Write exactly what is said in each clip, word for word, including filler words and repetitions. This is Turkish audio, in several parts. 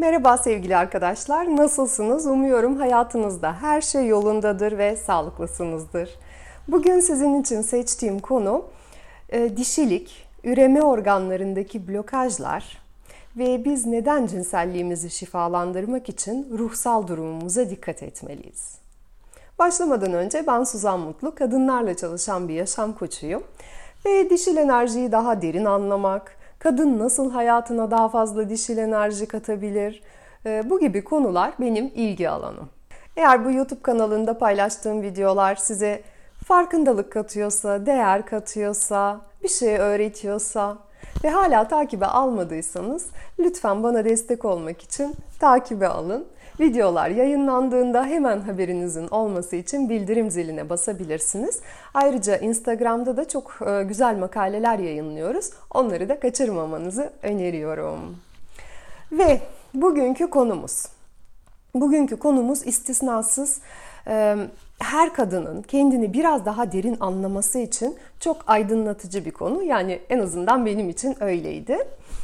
Merhaba sevgili arkadaşlar, nasılsınız? Umuyorum hayatınızda her şey yolundadır ve sağlıklısınızdır. Bugün sizin için seçtiğim konu e, dişilik, üreme organlarındaki blokajlar ve biz neden cinselliğimizi şifalandırmak için ruhsal durumumuza dikkat etmeliyiz. Başlamadan önce ben Suzan Mutlu, kadınlarla çalışan bir yaşam koçuyum ve dişil enerjiyi daha derin anlamak, kadın nasıl hayatına daha fazla dişil enerji katabilir? Bu gibi konular benim ilgi alanım. Eğer bu YouTube kanalında paylaştığım videolar size farkındalık katıyorsa, değer katıyorsa, bir şey öğretiyorsa ve hala takibe almadıysanız lütfen bana destek olmak için takibe alın. Videolar yayınlandığında hemen haberinizin olması için bildirim ziline basabilirsiniz. Ayrıca Instagram'da da çok güzel makaleler yayınlıyoruz. Onları da kaçırmamanızı öneriyorum. Ve bugünkü konumuz. Bugünkü konumuz istisnasız her kadının kendini biraz daha derin anlaması için çok aydınlatıcı bir konu. Yani en azından benim için öyleydi.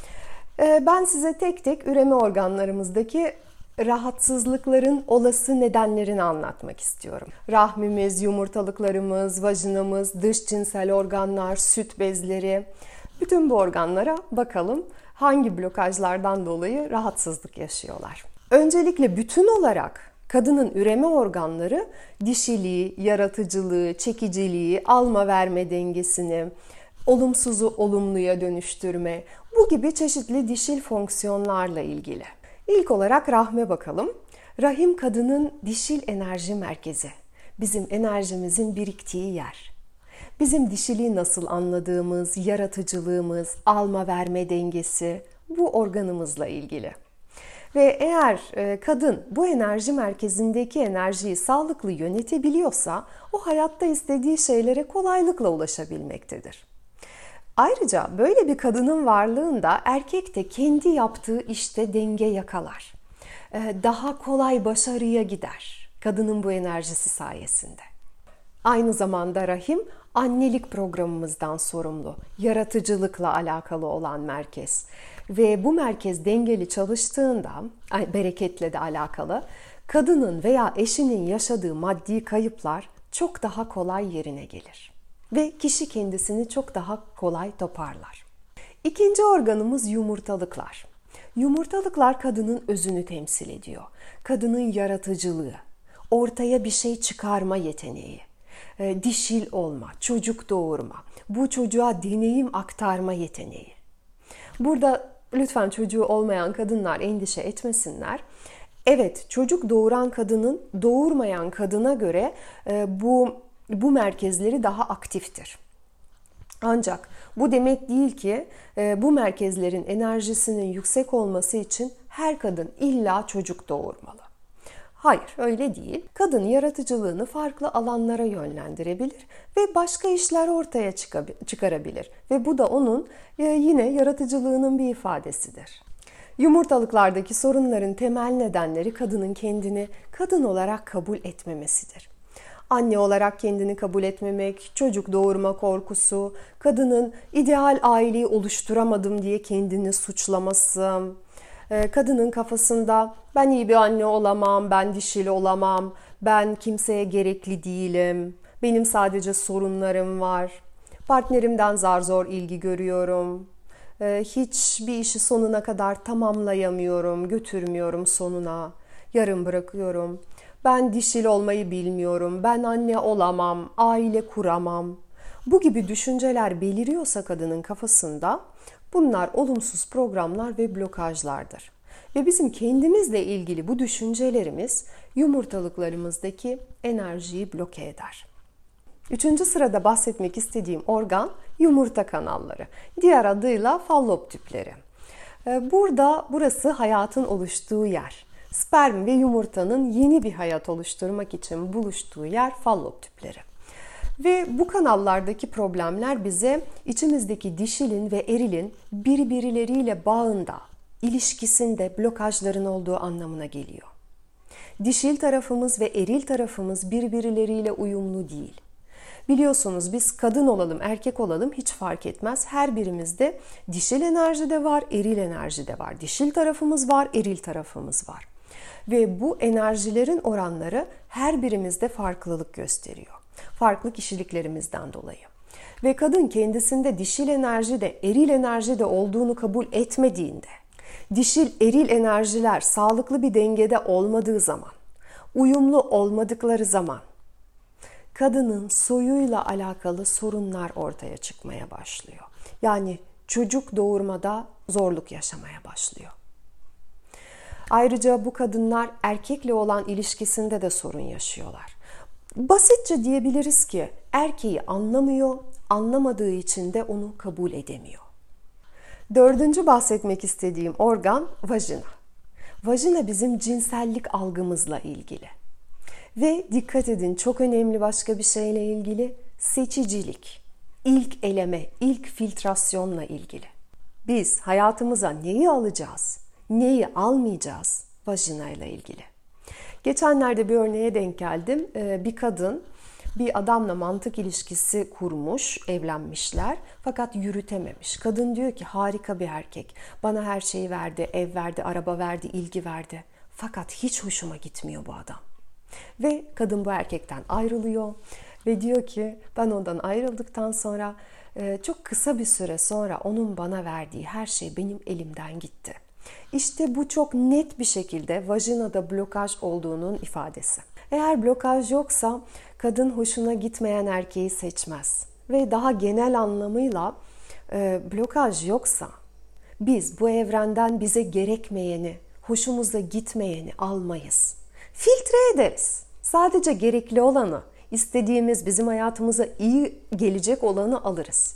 Ben size tek tek üreme organlarımızdaki rahatsızlıkların olası nedenlerini anlatmak istiyorum. Rahmimiz, yumurtalıklarımız, vajinamız, dış cinsel organlar, süt bezleri, bütün bu organlara bakalım hangi blokajlardan dolayı rahatsızlık yaşıyorlar. Öncelikle bütün olarak kadının üreme organları dişiliği, yaratıcılığı, çekiciliği, alma verme dengesini, olumsuzu olumluya dönüştürme, bu gibi çeşitli dişil fonksiyonlarla ilgili. İlk olarak rahme bakalım. Rahim kadının dişil enerji merkezi. Bizim enerjimizin biriktiği yer. Bizim dişiliği nasıl anladığımız, yaratıcılığımız, alma verme dengesi bu organımızla ilgili. Ve eğer kadın bu enerji merkezindeki enerjiyi sağlıklı yönetebiliyorsa o hayatta istediği şeylere kolaylıkla ulaşabilmektedir. Ayrıca böyle bir kadının varlığında erkek de kendi yaptığı işte denge yakalar. Daha kolay başarıya gider kadının bu enerjisi sayesinde. Aynı zamanda rahim annelik programımızdan sorumlu, yaratıcılıkla alakalı olan merkez. Ve bu merkez dengeli çalıştığında, bereketle de alakalı, kadının veya eşinin yaşadığı maddi kayıplar çok daha kolay yerine gelir. Ve kişi kendisini çok daha kolay toparlar. İkinci organımız yumurtalıklar. Yumurtalıklar kadının özünü temsil ediyor. Kadının yaratıcılığı, ortaya bir şey çıkarma yeteneği, dişil olma, çocuk doğurma, bu çocuğa deneyim aktarma yeteneği. Burada lütfen çocuğu olmayan kadınlar endişe etmesinler. Evet, çocuk doğuran kadının doğurmayan kadına göre bu bu merkezleri daha aktiftir. Ancak bu demek değil ki bu merkezlerin enerjisinin yüksek olması için her kadın illa çocuk doğurmalı. Hayır, öyle değil. Kadın yaratıcılığını farklı alanlara yönlendirebilir ve başka işler ortaya çıkarabilir. Ve bu da onun yine yaratıcılığının bir ifadesidir. Yumurtalıklardaki sorunların temel nedenleri kadının kendini kadın olarak kabul etmemesidir. Anne olarak kendini kabul etmemek, çocuk doğurma korkusu, kadının ideal aileyi oluşturamadım diye kendini suçlaması, kadının kafasında ben iyi bir anne olamam, ben dişil olamam, ben kimseye gerekli değilim, benim sadece sorunlarım var, partnerimden zar zor ilgi görüyorum, hiçbir işi sonuna kadar tamamlayamıyorum, götürmüyorum sonuna, yarım bırakıyorum. Ben dişil olmayı bilmiyorum, ben anne olamam, aile kuramam. Bu gibi düşünceler beliriyorsa kadının kafasında bunlar olumsuz programlar ve blokajlardır. Ve bizim kendimizle ilgili bu düşüncelerimiz yumurtalıklarımızdaki enerjiyi bloke eder. Üçüncü sırada bahsetmek istediğim organ yumurta kanalları. Diğer adıyla fallop tüpleri. Burada burası hayatın oluştuğu yer. Sperm ve yumurtanın yeni bir hayat oluşturmak için buluştuğu yer fallop tüpleri. Ve bu kanallardaki problemler bize içimizdeki dişilin ve erilin birbirleriyle bağında, ilişkisinde blokajların olduğu anlamına geliyor. Dişil tarafımız ve eril tarafımız birbirleriyle uyumlu değil. Biliyorsunuz biz kadın olalım, erkek olalım hiç fark etmez. Her birimizde dişil enerji de var, eril enerji de var. Dişil tarafımız var, eril tarafımız var. Ve bu enerjilerin oranları her birimizde farklılık gösteriyor. Farklı kişiliklerimizden dolayı. Ve kadın kendisinde dişil enerji de eril enerji de olduğunu kabul etmediğinde, dişil eril enerjiler sağlıklı bir dengede olmadığı zaman, uyumlu olmadıkları zaman, kadının soyuyla alakalı sorunlar ortaya çıkmaya başlıyor. Yani çocuk doğurmada zorluk yaşamaya başlıyor. Ayrıca bu kadınlar erkekle olan ilişkisinde de sorun yaşıyorlar. Basitçe diyebiliriz ki erkeği anlamıyor, anlamadığı için de onu kabul edemiyor. Dördüncü bahsetmek istediğim organ vajina. Vajina bizim cinsellik algımızla ilgili. Ve dikkat edin, çok önemli başka bir şeyle ilgili, seçicilik. İlk eleme, ilk filtrasyonla ilgili. Biz hayatımıza neyi alacağız, neyi almayacağız vajina ile ilgili. Geçenlerde bir örneğe denk geldim. Bir kadın bir adamla mantık ilişkisi kurmuş, evlenmişler fakat yürütememiş. Kadın diyor ki harika bir erkek, bana her şeyi verdi, ev verdi, araba verdi, ilgi verdi. Fakat hiç hoşuma gitmiyor bu adam. Ve kadın bu erkekten ayrılıyor ve diyor ki ben ondan ayrıldıktan sonra çok kısa bir süre sonra onun bana verdiği her şey benim elimden gitti. İşte bu çok net bir şekilde vajinada blokaj olduğunun ifadesi. Eğer blokaj yoksa kadın hoşuna gitmeyen erkeği seçmez. Ve daha genel anlamıyla e, blokaj yoksa biz bu evrenden bize gerekmeyeni, hoşumuza gitmeyeni almayız. Filtre ederiz. Sadece gerekli olanı, istediğimiz, bizim hayatımıza iyi gelecek olanı alırız.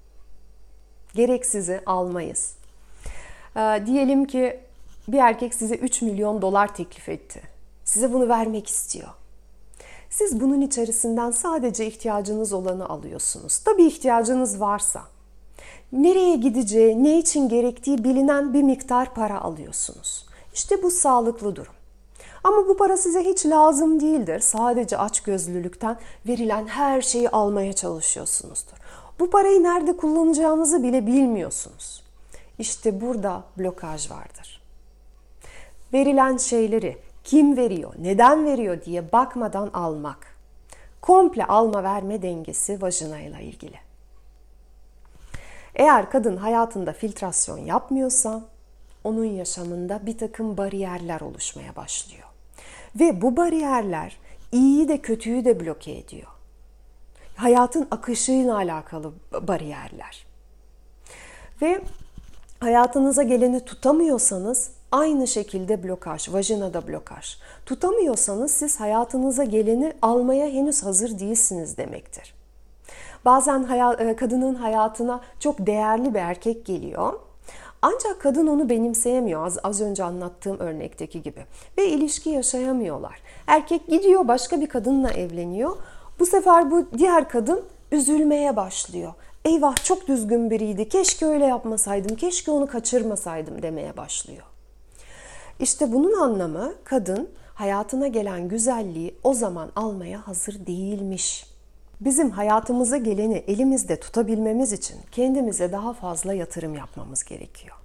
Gereksizi almayız. Ee, diyelim ki bir erkek size üç milyon dolar teklif etti. Size bunu vermek istiyor. Siz bunun içerisinden sadece ihtiyacınız olanı alıyorsunuz. Tabii ihtiyacınız varsa. Nereye gideceği, ne için gerektiği bilinen bir miktar para alıyorsunuz. İşte bu sağlıklı durum. Ama bu para size hiç lazım değildir. Sadece açgözlülükten verilen her şeyi almaya çalışıyorsunuzdur. Bu parayı nerede kullanacağınızı bile bilmiyorsunuz. İşte burada blokaj vardır. Verilen şeyleri kim veriyor, neden veriyor diye bakmadan almak. Komple alma verme dengesi vajina ile ilgili. Eğer kadın hayatında filtrasyon yapmıyorsa onun yaşamında bir takım bariyerler oluşmaya başlıyor. Ve bu bariyerler iyiyi de kötüyü de bloke ediyor. Hayatın akışıyla alakalı bariyerler. Ve hayatınıza geleni tutamıyorsanız aynı şekilde blokaj, vajinada blokaj. Tutamıyorsanız siz hayatınıza geleni almaya henüz hazır değilsiniz demektir. Bazen hayat, kadının hayatına çok değerli bir erkek geliyor. Ancak kadın onu benimseyemiyor, az, az önce anlattığım örnekteki gibi. Ve ilişki yaşayamıyorlar. Erkek gidiyor, başka bir kadınla evleniyor. Bu sefer bu diğer kadın üzülmeye başlıyor. Eyvah, çok düzgün biriydi, keşke öyle yapmasaydım, keşke onu kaçırmasaydım demeye başlıyor. İşte bunun anlamı kadın hayatına gelen güzelliği o zaman almaya hazır değilmiş. Bizim hayatımıza geleni elimizde tutabilmemiz için kendimize daha fazla yatırım yapmamız gerekiyor.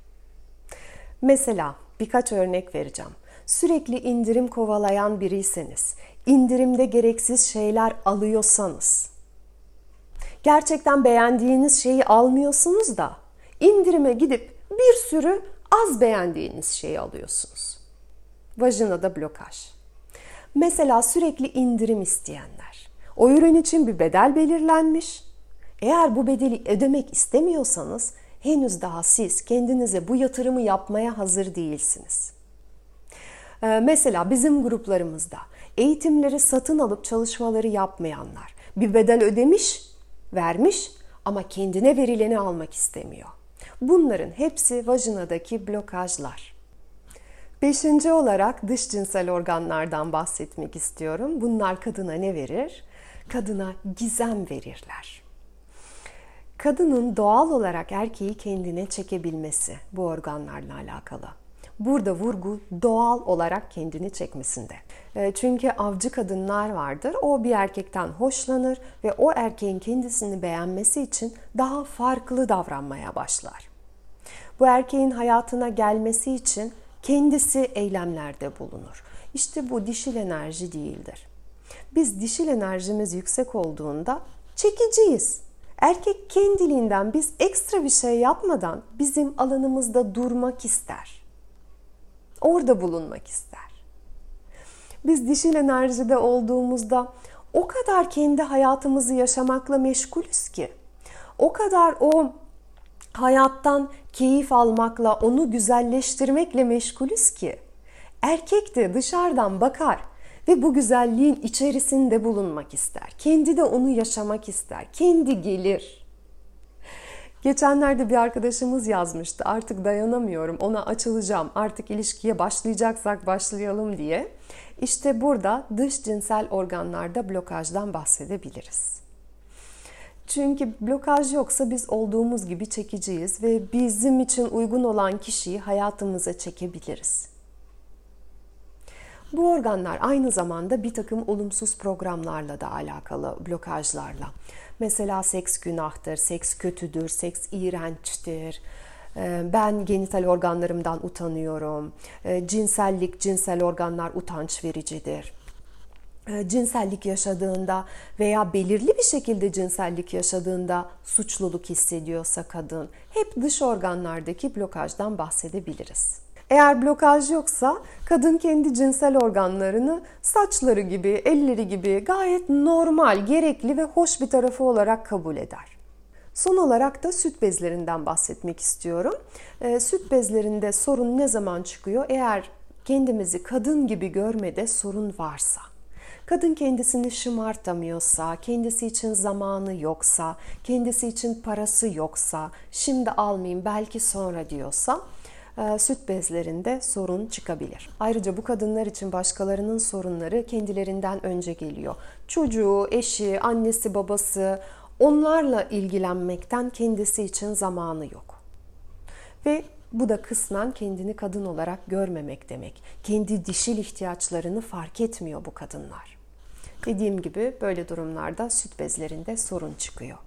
Mesela birkaç örnek vereceğim. Sürekli indirim kovalayan biriyseniz, indirimde gereksiz şeyler alıyorsanız, gerçekten beğendiğiniz şeyi almıyorsunuz da indirime gidip bir sürü az beğendiğiniz şeyi alıyorsunuz. Vajinada blokaj. Mesela sürekli indirim isteyenler. O ürün için bir bedel belirlenmiş. Eğer bu bedeli ödemek istemiyorsanız henüz daha siz kendinize bu yatırımı yapmaya hazır değilsiniz. Ee, mesela bizim gruplarımızda eğitimleri satın alıp çalışmaları yapmayanlar bir bedel ödemiş, vermiş ama kendine verileni almak istemiyor. Bunların hepsi vajinadaki blokajlar. Beşinci olarak dış cinsel organlardan bahsetmek istiyorum. Bunlar kadına ne verir? Kadına gizem verirler. Kadının doğal olarak erkeği kendine çekebilmesi bu organlarla alakalı. Burada vurgu doğal olarak kendini çekmesinde. Çünkü avcı kadınlar vardır. O bir erkekten hoşlanır ve o erkeğin kendisini beğenmesi için daha farklı davranmaya başlar. Bu erkeğin hayatına gelmesi için kendisi eylemlerde bulunur. İşte bu dişil enerji değildir. Biz dişil enerjimiz yüksek olduğunda çekiciyiz. Erkek kendiliğinden biz ekstra bir şey yapmadan bizim alanımızda durmak ister. Orada bulunmak ister. Biz dişil enerjide olduğumuzda o kadar kendi hayatımızı yaşamakla meşgulüz ki, o kadar o hayattan keyif almakla, onu güzelleştirmekle meşgulüz ki, erkek de dışarıdan bakar ve bu güzelliğin içerisinde bulunmak ister. Kendi de onu yaşamak ister. Kendi gelir. Geçenlerde bir arkadaşımız yazmıştı. Artık dayanamıyorum, ona açılacağım. Artık ilişkiye başlayacaksak başlayalım diye. İşte burada dış cinsel organlarda blokajdan bahsedebiliriz. Çünkü blokaj yoksa biz olduğumuz gibi çekiciyiz ve bizim için uygun olan kişiyi hayatımıza çekebiliriz. Bu organlar aynı zamanda bir takım olumsuz programlarla da alakalı, blokajlarla. Mesela seks günahtır, seks kötüdür, seks iğrençtir, ben genital organlarımdan utanıyorum, cinsellik, cinsel organlar utanç vericidir. Cinsellik yaşadığında veya belirli bir şekilde cinsellik yaşadığında suçluluk hissediyorsa kadın, hep dış organlardaki blokajdan bahsedebiliriz. Eğer blokaj yoksa kadın kendi cinsel organlarını saçları gibi, elleri gibi gayet normal, gerekli ve hoş bir tarafı olarak kabul eder. Son olarak da süt bezlerinden bahsetmek istiyorum. E, süt bezlerinde sorun ne zaman çıkıyor? Eğer kendimizi kadın gibi görmede sorun varsa, kadın kendisini şımartamıyorsa, kendisi için zamanı yoksa, kendisi için parası yoksa, şimdi almayayım belki sonra diyorsa, süt bezlerinde sorun çıkabilir. Ayrıca bu kadınlar için başkalarının sorunları kendilerinden önce geliyor. Çocuğu, eşi, annesi, babası, onlarla ilgilenmekten kendisi için zamanı yok. Ve bu da kısmen kendini kadın olarak görmemek demek. Kendi dişil ihtiyaçlarını fark etmiyor bu kadınlar. Dediğim gibi böyle durumlarda süt bezlerinde sorun çıkıyor.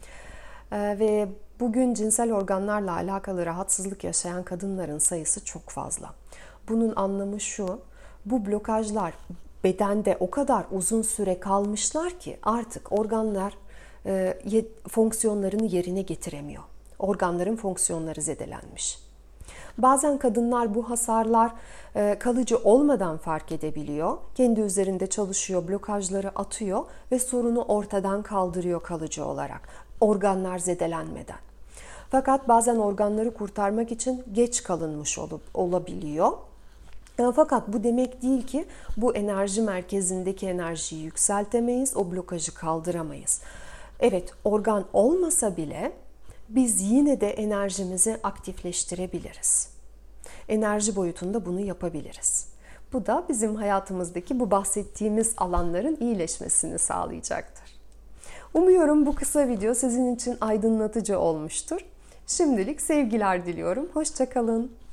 Ee, ve bugün cinsel organlarla alakalı rahatsızlık yaşayan kadınların sayısı çok fazla. Bunun anlamı şu, bu blokajlar bedende o kadar uzun süre kalmışlar ki artık organlar e, fonksiyonlarını yerine getiremiyor. Organların fonksiyonları zedelenmiş. Bazen kadınlar bu hasarlar e, kalıcı olmadan fark edebiliyor. Kendi üzerinde çalışıyor, blokajları atıyor ve sorunu ortadan kaldırıyor kalıcı olarak. Organlar zedelenmeden. Fakat bazen organları kurtarmak için geç kalınmış olup olabiliyor. Fakat bu demek değil ki bu enerji merkezindeki enerjiyi yükseltemeyiz, o blokajı kaldıramayız. Evet, organ olmasa bile biz yine de enerjimizi aktifleştirebiliriz. Enerji boyutunda bunu yapabiliriz. Bu da bizim hayatımızdaki bu bahsettiğimiz alanların iyileşmesini sağlayacaktır. Umuyorum bu kısa video sizin için aydınlatıcı olmuştur. Şimdilik sevgiler diliyorum. Hoşça kalın.